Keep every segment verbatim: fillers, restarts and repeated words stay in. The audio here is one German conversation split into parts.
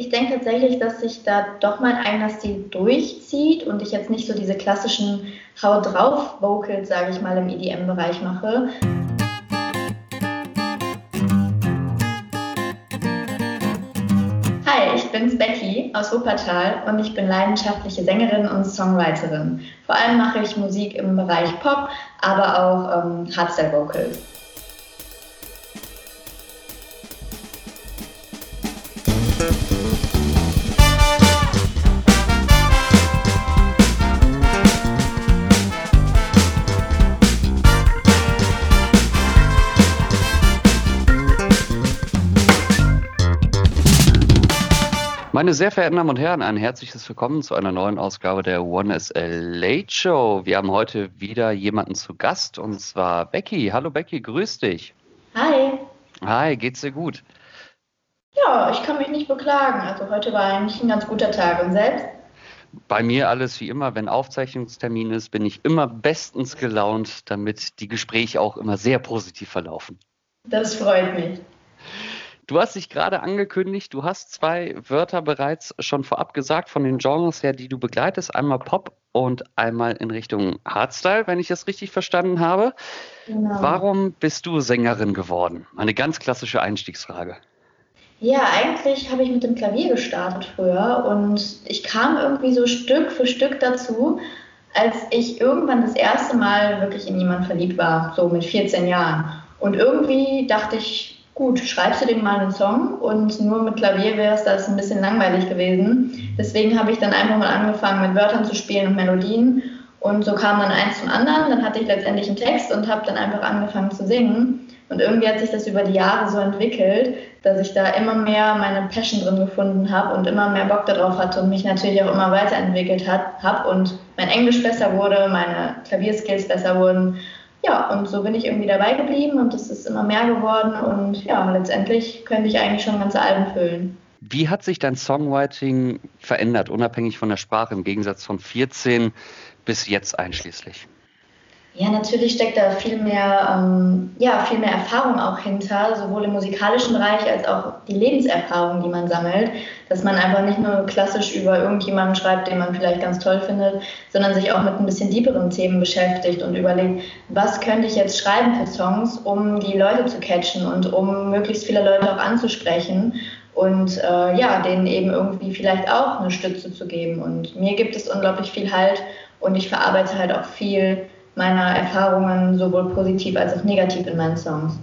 Ich denke tatsächlich, dass sich da doch mein eigener Stil durchzieht und ich jetzt nicht so diese klassischen Hau drauf Vocals, sage ich mal, im E D M-Bereich mache. Hi, ich bin's Becky aus Wuppertal und ich bin leidenschaftliche Sängerin und Songwriterin. Vor allem mache ich Musik im Bereich Pop, aber auch ähm, Hardstyle-Vocals. Meine sehr verehrten Damen und Herren, ein herzliches Willkommen zu einer neuen Ausgabe der One S L Late Show. Wir haben heute wieder jemanden zu Gast und zwar Becky. Hallo Becky, grüß dich. Hi. Hi, geht's dir gut? Ja, ich kann mich nicht beklagen. Also heute war eigentlich ein ganz guter Tag. Und selbst? Bei mir alles wie immer, wenn Aufzeichnungstermin ist, bin ich immer bestens gelaunt, damit die Gespräche auch immer sehr positiv verlaufen. Das freut mich. Du hast dich gerade angekündigt, du hast zwei Wörter bereits schon vorab gesagt von den Genres her, die du begleitest. Einmal Pop und einmal in Richtung Hardstyle, wenn ich das richtig verstanden habe. Genau. Warum bist du Sängerin geworden? Eine ganz klassische Einstiegsfrage. Ja, eigentlich habe ich mit dem Klavier gestartet früher und ich kam irgendwie so Stück für Stück dazu, als ich irgendwann das erste Mal wirklich in jemanden verliebt war, so mit vierzehn Jahren. Und irgendwie dachte ich, gut, schreibst du dem mal einen Song und nur mit Klavier wäre es das ein bisschen langweilig gewesen. Deswegen habe ich dann einfach mal angefangen mit Wörtern zu spielen und Melodien und so kam dann eins zum anderen. Dann hatte ich letztendlich einen Text und habe dann einfach angefangen zu singen. Und irgendwie hat sich das über die Jahre so entwickelt, dass ich da immer mehr meine Passion drin gefunden habe und immer mehr Bock darauf hatte und mich natürlich auch immer weiterentwickelt habe und mein Englisch besser wurde, meine Klavierskills besser wurden. Ja, und so bin ich irgendwie dabei geblieben und es ist immer mehr geworden und ja, letztendlich könnte ich eigentlich schon ganze Alben füllen. Wie hat sich dein Songwriting verändert, unabhängig von der Sprache, im Gegensatz von vierzehn bis jetzt einschließlich? Ja, natürlich steckt da viel mehr, ähm, ja, viel mehr Erfahrung auch hinter, sowohl im musikalischen Bereich als auch die Lebenserfahrung, die man sammelt, dass man einfach nicht nur klassisch über irgendjemanden schreibt, den man vielleicht ganz toll findet, sondern sich auch mit ein bisschen tieferen Themen beschäftigt und überlegt, was könnte ich jetzt schreiben für Songs, um die Leute zu catchen und um möglichst viele Leute auch anzusprechen und äh, ja, denen eben irgendwie vielleicht auch eine Stütze zu geben. Und mir gibt es unglaublich viel Halt und ich verarbeite halt auch viel meiner Erfahrungen sowohl positiv als auch negativ in meinen Songs.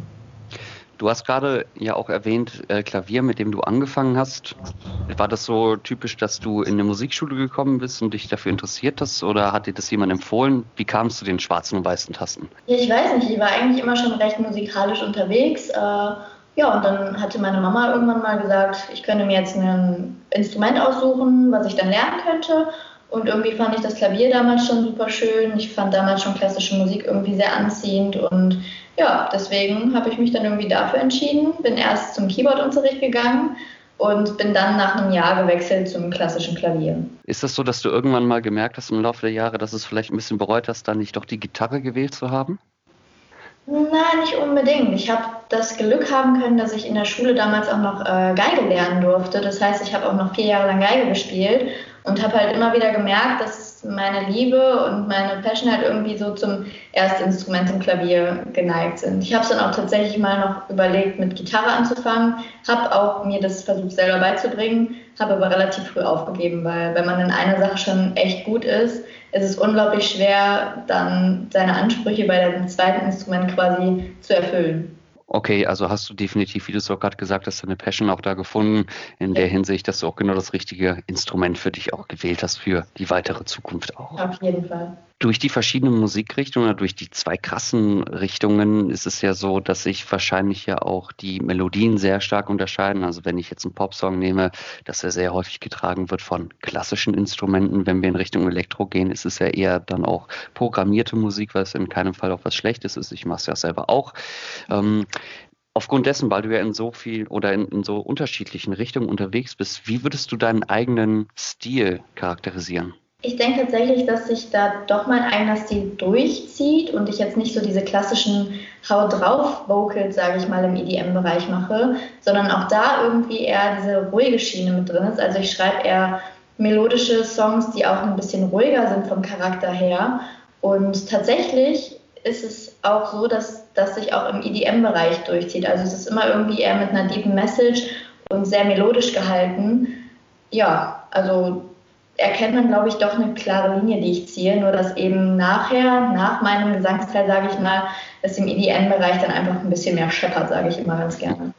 Du hast gerade ja auch erwähnt, äh, Klavier, mit dem du angefangen hast. War das so typisch, dass du in eine Musikschule gekommen bist und dich dafür interessiert hast oder hat dir das jemand empfohlen? Wie kamst du den schwarzen und weißen Tasten? Ja, ich weiß nicht, ich war eigentlich immer schon recht musikalisch unterwegs. Äh, ja, und dann hatte meine Mama irgendwann mal gesagt, ich könnte mir jetzt ein Instrument aussuchen, was ich dann lernen könnte. Und irgendwie fand ich das Klavier damals schon super schön. Ich fand damals schon klassische Musik irgendwie sehr anziehend. Und ja, deswegen habe ich mich dann irgendwie dafür entschieden. Bin erst zum Keyboardunterricht gegangen und bin dann nach einem Jahr gewechselt zum klassischen Klavier. Ist das so, dass du irgendwann mal gemerkt hast im Laufe der Jahre, dass es vielleicht ein bisschen bereut hast, dann nicht doch die Gitarre gewählt zu haben? Nein, nicht unbedingt. Ich habe das Glück haben können, dass ich in der Schule damals auch noch äh, Geige lernen durfte. Das heißt, ich habe auch noch vier Jahre lang Geige gespielt und habe halt immer wieder gemerkt, dass meine Liebe und meine Passion halt irgendwie so zum Erstinstrument im Klavier geneigt sind. Ich habe es dann auch tatsächlich mal noch überlegt, mit Gitarre anzufangen, habe auch mir das versucht selber beizubringen, habe aber relativ früh aufgegeben, weil wenn man in einer Sache schon echt gut ist, ist es unglaublich schwer, dann seine Ansprüche bei dem zweiten Instrument quasi zu erfüllen. Okay, also hast du definitiv, wie du es auch gerade gesagt hast, deine Passion auch da gefunden, in der Hinsicht, dass du auch genau das richtige Instrument für dich auch gewählt hast für die weitere Zukunft auch. Auf jeden Fall. Durch die verschiedenen Musikrichtungen oder durch die zwei krassen Richtungen ist es ja so, dass sich wahrscheinlich ja auch die Melodien sehr stark unterscheiden. Also wenn ich jetzt einen Popsong nehme, dass er sehr häufig getragen wird von klassischen Instrumenten. Wenn wir in Richtung Elektro gehen, ist es ja eher dann auch programmierte Musik, was in keinem Fall auch was Schlechtes ist. Ich mache es ja selber auch. Ähm, Aufgrund dessen, weil du ja in so viel oder in, in so unterschiedlichen Richtungen unterwegs bist, wie würdest du deinen eigenen Stil charakterisieren? Ich denke tatsächlich, dass sich da doch mein eigener Stil durchzieht und ich jetzt nicht so diese klassischen Hau drauf Vocals, sage ich mal, im E D M-Bereich mache, sondern auch da irgendwie eher diese ruhige Schiene mit drin ist. Also ich schreibe eher melodische Songs, die auch ein bisschen ruhiger sind vom Charakter her. Und tatsächlich ist es auch so, dass das sich auch im E D M-Bereich durchzieht. Also es ist immer irgendwie eher mit einer deepen Message und sehr melodisch gehalten. Ja, also erkennt man, glaube ich, doch eine klare Linie, die ich ziehe, nur dass eben nachher, nach meinem Gesangsteil, sage ich mal, es im E D M-Bereich dann einfach ein bisschen mehr scheppert, sage ich immer ganz gerne.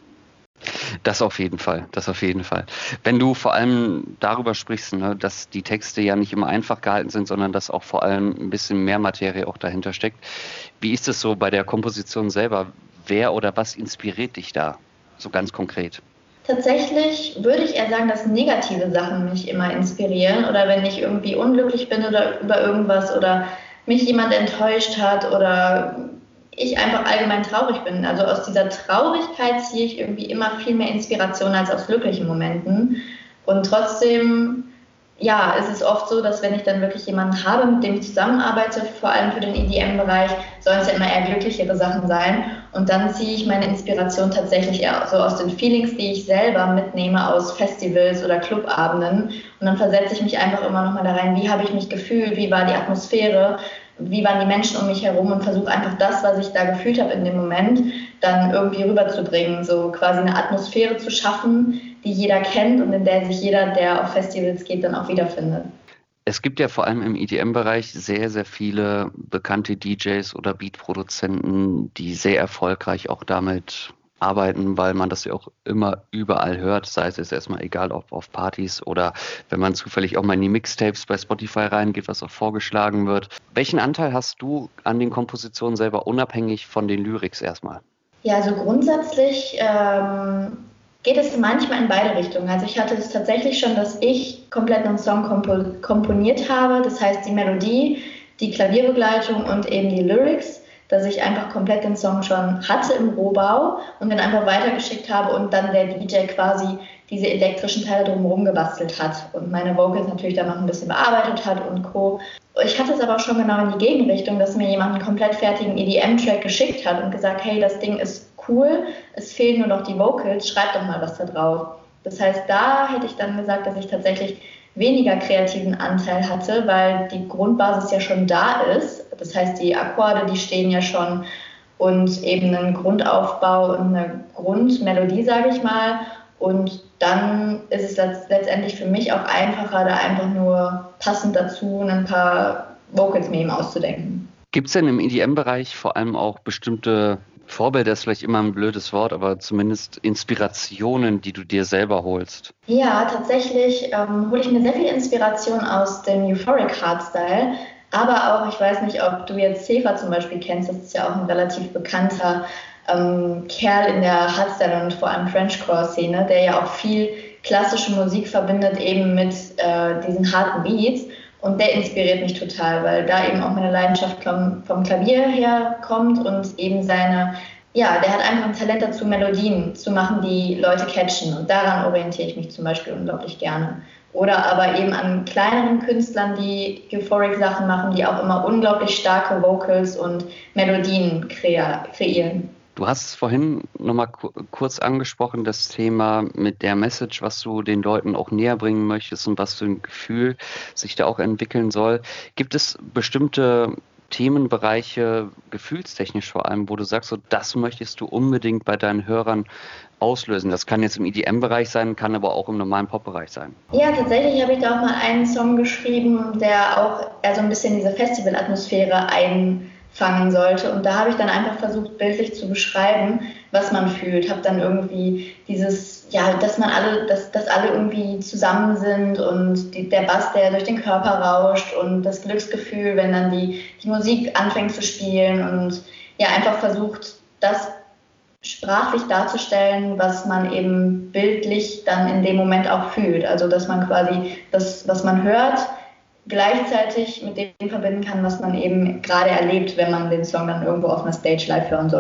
Das auf jeden Fall, das auf jeden Fall. Wenn du vor allem darüber sprichst, ne, dass die Texte ja nicht immer einfach gehalten sind, sondern dass auch vor allem ein bisschen mehr Materie auch dahinter steckt. Wie ist es so bei der Komposition selber? Wer oder was inspiriert dich da, so ganz konkret? Tatsächlich würde ich eher sagen, dass negative Sachen mich immer inspirieren oder wenn ich irgendwie unglücklich bin oder über irgendwas oder mich jemand enttäuscht hat oder ich einfach allgemein traurig bin. Also aus dieser Traurigkeit ziehe ich irgendwie immer viel mehr Inspiration als aus glücklichen Momenten. Und trotzdem, ja, ist es oft so, dass wenn ich dann wirklich jemanden habe, mit dem ich zusammenarbeite, vor allem für den E D M-Bereich, sollen es ja immer eher glücklichere Sachen sein. Und dann ziehe ich meine Inspiration tatsächlich eher so aus den Feelings, die ich selber mitnehme aus Festivals oder Clubabenden. Und dann versetze ich mich einfach immer nochmal da rein, wie habe ich mich gefühlt, wie war die Atmosphäre, wie waren die Menschen um mich herum und versuche einfach das, was ich da gefühlt habe in dem Moment, dann irgendwie rüberzubringen, so quasi eine Atmosphäre zu schaffen, die jeder kennt und in der sich jeder, der auf Festivals geht, dann auch wiederfindet. Es gibt ja vor allem im E D M-Bereich sehr, sehr viele bekannte D Js oder Beat-Produzenten, die sehr erfolgreich auch damit arbeiten, weil man das ja auch immer überall hört, sei es jetzt erstmal egal, ob auf Partys oder wenn man zufällig auch mal in die Mixtapes bei Spotify reingeht, was auch vorgeschlagen wird. Welchen Anteil hast du an den Kompositionen selber, unabhängig von den Lyrics erstmal? Ja, also grundsätzlich ähm, geht es manchmal in beide Richtungen. Also ich hatte es tatsächlich schon, dass ich komplett einen Song kompo- komponiert habe, das heißt die Melodie, die Klavierbegleitung und eben die Lyrics, dass ich einfach komplett den Song schon hatte im Rohbau und dann einfach weitergeschickt habe und dann der D J quasi diese elektrischen Teile drumherum gebastelt hat und meine Vocals natürlich dann noch ein bisschen bearbeitet hat und Co. Ich hatte es aber auch schon genau in die Gegenrichtung, dass mir jemand einen komplett fertigen E D M-Track geschickt hat und gesagt, hey, das Ding ist cool, es fehlen nur noch die Vocals, schreib doch mal was da drauf. Das heißt, da hätte ich dann gesagt, dass ich tatsächlich weniger kreativen Anteil hatte, weil die Grundbasis ja schon da ist. Das heißt, die Akkorde, die stehen ja schon und eben einen Grundaufbau und eine Grundmelodie, sage ich mal. Und dann ist es letztendlich für mich auch einfacher, da einfach nur passend dazu ein paar Vocals mir eben auszudenken. Gibt es denn im E D M-Bereich vor allem auch bestimmte Vorbilder, ist vielleicht immer ein blödes Wort, aber zumindest Inspirationen, die du dir selber holst? Ja, tatsächlich ähm, hole ich mir sehr viel Inspiration aus dem Euphoric Hardstyle, aber auch, ich weiß nicht, ob du jetzt Sefa zum Beispiel kennst, das ist ja auch ein relativ bekannter ähm, Kerl in der Hardstyle und vor allem Frenchcore-Szene, der ja auch viel klassische Musik verbindet eben mit äh, diesen harten Beats. Und der inspiriert mich total, weil da eben auch meine Leidenschaft vom, vom Klavier herkommt und eben seine, ja, der hat einfach ein Talent dazu, Melodien zu machen, die Leute catchen. Und daran orientiere ich mich zum Beispiel unglaublich gerne. Oder aber eben an kleineren Künstlern, die Euphoric-Sachen machen, die auch immer unglaublich starke Vocals und Melodien krea- kreieren. Du hast es vorhin nochmal ku- kurz angesprochen, das Thema mit der Message, was du den Leuten auch näher bringen möchtest und was für ein Gefühl sich da auch entwickeln soll. Gibt es bestimmte Themenbereiche, gefühlstechnisch vor allem, wo du sagst, so das möchtest du unbedingt bei deinen Hörern auslösen? Das kann jetzt im E D M-Bereich sein, kann aber auch im normalen Pop-Bereich sein. Ja, tatsächlich habe ich da auch mal einen Song geschrieben, der auch eher so ein bisschen diese Festival-Atmosphäre einfangen sollte. Und da habe ich dann einfach versucht, bildlich zu beschreiben, was man fühlt. Habe dann irgendwie dieses, ja, dass man alle, dass, dass alle irgendwie zusammen sind und die, der Bass, der durch den Körper rauscht und das Glücksgefühl, wenn dann die, die Musik anfängt zu spielen und ja, einfach versucht, das sprachlich darzustellen, was man eben bildlich dann in dem Moment auch fühlt. Also dass man quasi das, was man hört, gleichzeitig mit dem verbinden kann, was man eben gerade erlebt, wenn man den Song dann irgendwo auf einer Stage live hören sollte.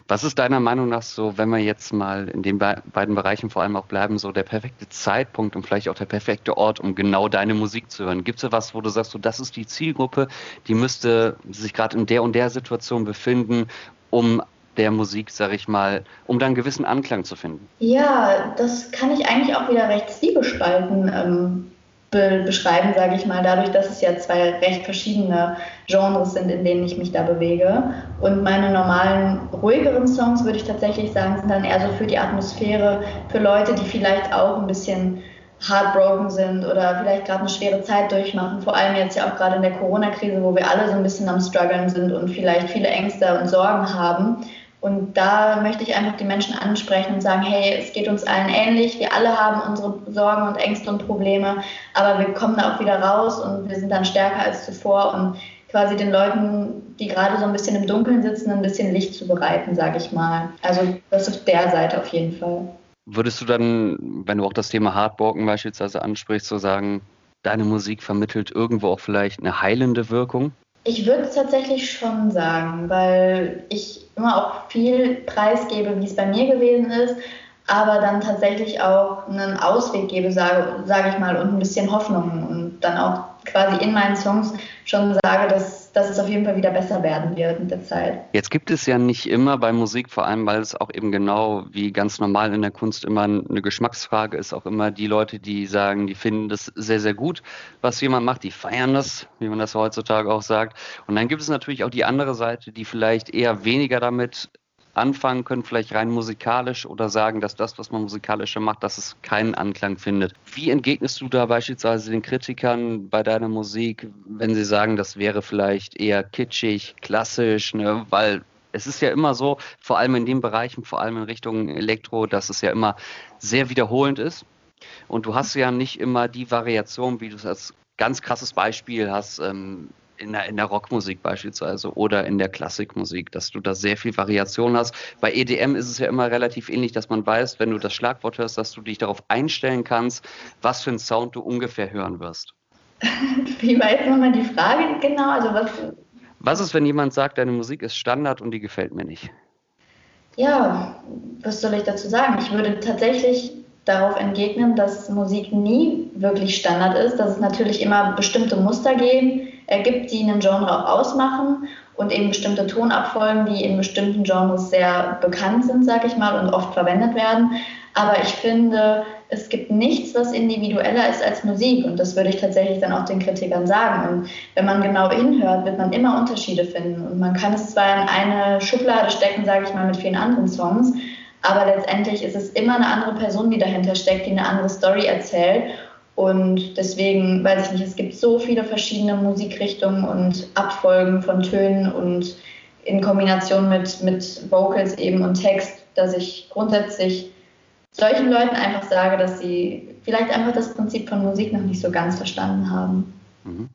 Was ist deiner Meinung nach so, wenn wir jetzt mal in den be- beiden Bereichen vor allem auch bleiben, so der perfekte Zeitpunkt und vielleicht auch der perfekte Ort, um genau deine Musik zu hören? Gibt es da was, wo du sagst, so, das ist die Zielgruppe, die müsste sich gerade in der und der Situation befinden, um der Musik, sag ich mal, um da einen gewissen Anklang zu finden? Ja, das kann ich eigentlich auch wieder recht zwiegespalten ähm, be beschreiben, sage ich mal, dadurch, dass es ja zwei recht verschiedene Genres sind, in denen ich mich da bewege. Und meine normalen, ruhigeren Songs, würde ich tatsächlich sagen, sind dann eher so für die Atmosphäre, für Leute, die vielleicht auch ein bisschen heartbroken sind oder vielleicht gerade eine schwere Zeit durchmachen, vor allem jetzt ja auch gerade in der Corona-Krise, wo wir alle so ein bisschen am struggeln sind und vielleicht viele Ängste und Sorgen haben. Und da möchte ich einfach die Menschen ansprechen und sagen, hey, es geht uns allen ähnlich, wir alle haben unsere Sorgen und Ängste und Probleme, aber wir kommen da auch wieder raus und wir sind dann stärker als zuvor und quasi den Leuten, die gerade so ein bisschen im Dunkeln sitzen, ein bisschen Licht zu bereiten, sage ich mal. Also das auf der Seite auf jeden Fall. Würdest du dann, wenn du auch das Thema Heartbroken beispielsweise ansprichst, so sagen, deine Musik vermittelt irgendwo auch vielleicht eine heilende Wirkung? Ich würde es tatsächlich schon sagen, weil ich immer auch viel preisgebe, wie es bei mir gewesen ist, aber dann tatsächlich auch einen Ausweg gebe, sage, sage ich mal, und ein bisschen Hoffnung und dann auch quasi in meinen Songs schon sage, dass, dass es auf jeden Fall wieder besser werden wird mit der Zeit. Jetzt gibt es ja nicht immer bei Musik, vor allem weil es auch eben genau wie ganz normal in der Kunst immer eine Geschmacksfrage ist, auch immer die Leute, die sagen, die finden das sehr, sehr gut, was jemand macht, die feiern das, wie man das heutzutage auch sagt. Und dann gibt es natürlich auch die andere Seite, die vielleicht eher weniger damit anfangen können, vielleicht rein musikalisch oder sagen, dass das, was man musikalischer macht, dass es keinen Anklang findet. Wie entgegnest du da beispielsweise den Kritikern bei deiner Musik, wenn sie sagen, das wäre vielleicht eher kitschig, klassisch, ne? Weil es ist ja immer so, vor allem in den Bereichen, vor allem in Richtung Elektro, dass es ja immer sehr wiederholend ist. Und du hast ja nicht immer die Variation, wie du es als ganz krasses Beispiel hast, ähm, in der, in der Rockmusik beispielsweise oder in der Klassikmusik, dass du da sehr viel Variation hast. Bei E D M ist es ja immer relativ ähnlich, dass man weiß, wenn du das Schlagwort hörst, dass du dich darauf einstellen kannst, was für einen Sound du ungefähr hören wirst. Wie war jetzt nochmal die Frage genau? Also was, Was ist, wenn jemand sagt, deine Musik ist Standard und die gefällt mir nicht? ja, was soll ich dazu sagen? Ich würde tatsächlich darauf entgegnen, dass Musik nie wirklich Standard ist, dass es natürlich immer bestimmte Muster geben, äh, gibt, die einen Genre auch ausmachen und eben bestimmte Tonabfolgen, die in bestimmten Genres sehr bekannt sind, sag ich mal, und oft verwendet werden. Aber ich finde, es gibt nichts, was individueller ist als Musik und das würde ich tatsächlich dann auch den Kritikern sagen. Und wenn man genau hinhört, wird man immer Unterschiede finden und man kann es zwar in eine Schublade stecken, sage ich mal, mit vielen anderen Songs, aber letztendlich ist es immer eine andere Person, die dahinter steckt, die eine andere Story erzählt. Und deswegen, weiß ich nicht, es gibt so viele verschiedene Musikrichtungen und Abfolgen von Tönen und in Kombination mit, mit Vocals eben und Text, dass ich grundsätzlich solchen Leuten einfach sage, dass sie vielleicht einfach das Prinzip von Musik noch nicht so ganz verstanden haben. Mhm.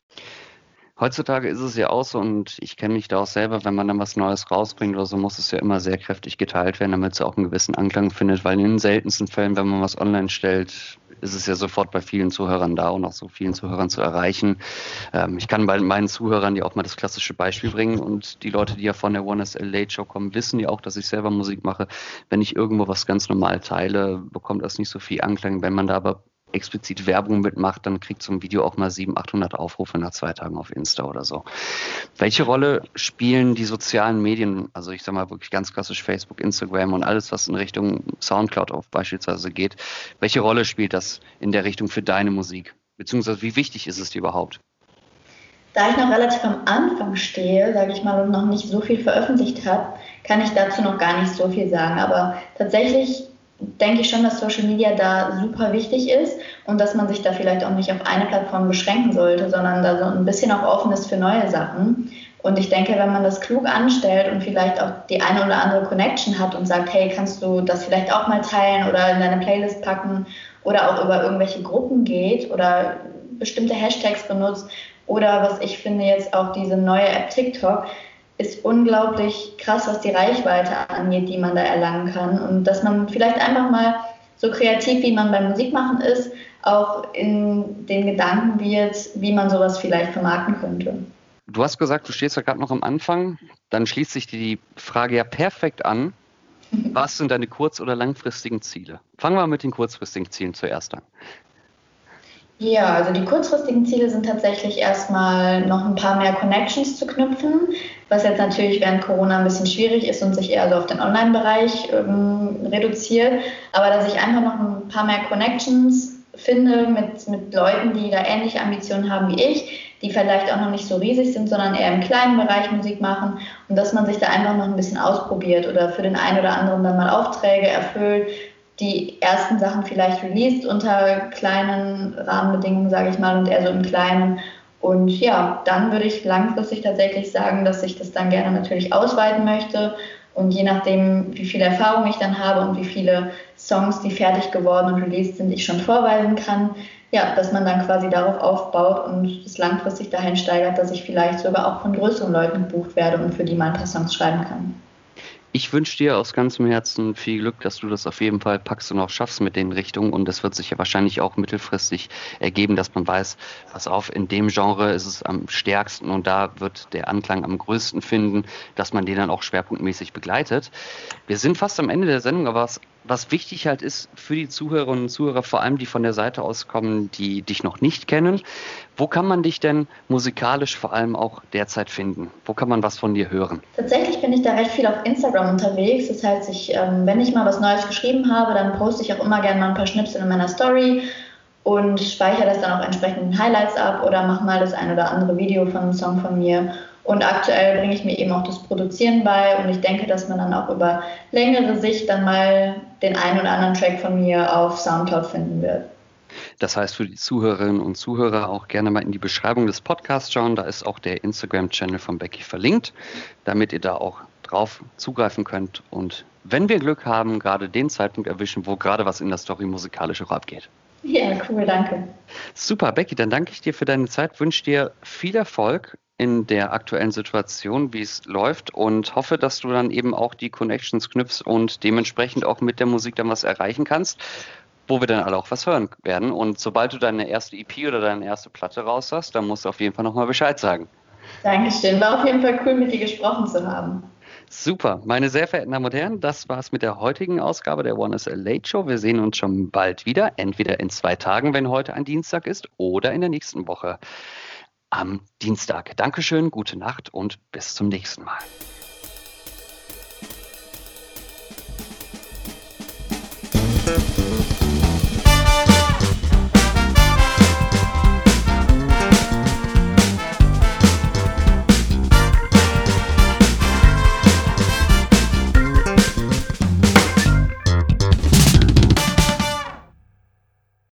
Heutzutage ist es ja auch so, und ich kenne mich da auch selber, wenn man dann was Neues rausbringt oder so, muss es ja immer sehr kräftig geteilt werden, damit es auch einen gewissen Anklang findet, weil in den seltensten Fällen, wenn man was online stellt, ist es ja sofort bei vielen Zuhörern da und auch so vielen Zuhörern zu erreichen. Ähm, ich kann bei meinen Zuhörern ja auch mal das klassische Beispiel bringen und die Leute, die ja von der One S L Late Show kommen, wissen ja auch, dass ich selber Musik mache. Wenn ich irgendwo was ganz normal teile, bekommt das nicht so viel Anklang. Wenn man da aber explizit Werbung mitmacht, dann kriegt so ein Video auch mal siebenhundert, achthundert Aufrufe nach zwei Tagen auf Insta oder so. Welche Rolle spielen die sozialen Medien, also ich sag mal wirklich ganz klassisch Facebook, Instagram und alles, was in Richtung Soundcloud auf beispielsweise geht, welche Rolle spielt das in der Richtung für deine Musik? Beziehungsweise wie wichtig ist es dir überhaupt? Da ich noch relativ am Anfang stehe, sage ich mal, und noch nicht so viel veröffentlicht habe, kann ich dazu noch gar nicht so viel sagen. Aber tatsächlich denke ich schon, dass Social Media da super wichtig ist und dass man sich da vielleicht auch nicht auf eine Plattform beschränken sollte, sondern da so ein bisschen auch offen ist für neue Sachen. Und ich denke, wenn man das klug anstellt und vielleicht auch die eine oder andere Connection hat und sagt, hey, kannst du das vielleicht auch mal teilen oder in deine Playlist packen oder auch über irgendwelche Gruppen geht oder bestimmte Hashtags benutzt oder was ich finde jetzt auch diese neue App TikTok, ist unglaublich krass, was die Reichweite angeht, die man da erlangen kann. Und dass man vielleicht einfach mal so kreativ, wie man beim Musikmachen ist, auch in den Gedanken wird, wie man sowas vielleicht vermarkten könnte. Du hast gesagt, du stehst ja gerade noch am Anfang. Dann schließt sich die Frage ja perfekt an. Was sind deine kurz- oder langfristigen Ziele? Fangen wir mit den kurzfristigen Zielen zuerst an. Ja, also die kurzfristigen Ziele sind tatsächlich erstmal noch ein paar mehr Connections zu knüpfen, was jetzt natürlich während Corona ein bisschen schwierig ist und sich eher so auf den Online-Bereich ähm, reduziert. Aber dass ich einfach noch ein paar mehr Connections finde mit, mit Leuten, die da ähnliche Ambitionen haben wie ich, die vielleicht auch noch nicht so riesig sind, sondern eher im kleinen Bereich Musik machen und dass man sich da einfach noch ein bisschen ausprobiert oder für den einen oder anderen dann mal Aufträge erfüllt, die ersten Sachen vielleicht released unter kleinen Rahmenbedingungen, sage ich mal, und eher so im Kleinen. Und ja, dann würde ich langfristig tatsächlich sagen, dass ich das dann gerne natürlich ausweiten möchte. Und je nachdem, wie viel Erfahrung ich dann habe und wie viele Songs, die fertig geworden und released sind, ich schon vorweisen kann, ja, dass man dann quasi darauf aufbaut und es langfristig dahin steigert, dass ich vielleicht sogar auch von größeren Leuten gebucht werde und für die mal ein paar Songs schreiben kann. Ich wünsche dir aus ganzem Herzen viel Glück, dass du das auf jeden Fall packst und auch schaffst mit den Richtungen. Und das wird sich ja wahrscheinlich auch mittelfristig ergeben, dass man weiß, pass auf, in dem Genre ist es am stärksten und da wird der Anklang am größten finden, dass man den dann auch schwerpunktmäßig begleitet. Wir sind fast am Ende der Sendung, aber was, was wichtig halt ist für die Zuhörerinnen und Zuhörer, vor allem die von der Seite aus kommen, die dich noch nicht kennen, wo kann man dich denn musikalisch vor allem auch derzeit finden? Wo kann man was von dir hören? Tatsächlich bin ich da recht viel auf Instagram unterwegs. Das heißt, ich, ähm, wenn ich mal was Neues geschrieben habe, dann poste ich auch immer gerne mal ein paar Schnipsel in meiner Story und speichere das dann auch entsprechend in Highlights ab oder mache mal das ein oder andere Video von einem Song von mir. Und aktuell bringe ich mir eben auch das Produzieren bei und ich denke, dass man dann auch über längere Sicht dann mal den einen oder anderen Track von mir auf Soundcloud finden wird. Das heißt, für die Zuhörerinnen und Zuhörer auch gerne mal in die Beschreibung des Podcasts schauen. Da ist auch der Instagram-Channel von Becky verlinkt, damit ihr da auch drauf zugreifen könnt. Und wenn wir Glück haben, gerade den Zeitpunkt erwischen, wo gerade was in der Story musikalisch auch abgeht. Ja, cool, danke. Super, Becky, dann danke ich dir für deine Zeit, wünsche dir viel Erfolg in der aktuellen Situation, wie es läuft und hoffe, dass du dann eben auch die Connections knüpfst und dementsprechend auch mit der Musik dann was erreichen kannst, wo wir dann alle auch was hören werden. Und sobald du deine erste E P oder deine erste Platte raus hast, dann musst du auf jeden Fall nochmal Bescheid sagen. Dankeschön, war auf jeden Fall cool, mit dir gesprochen zu haben. Super, meine sehr verehrten Damen und Herren, das war's mit der heutigen Ausgabe der One is a Late Show. Wir sehen uns schon bald wieder, entweder in zwei Tagen, wenn heute ein Dienstag ist, oder in der nächsten Woche am Dienstag. Dankeschön, gute Nacht und bis zum nächsten Mal. Thank you.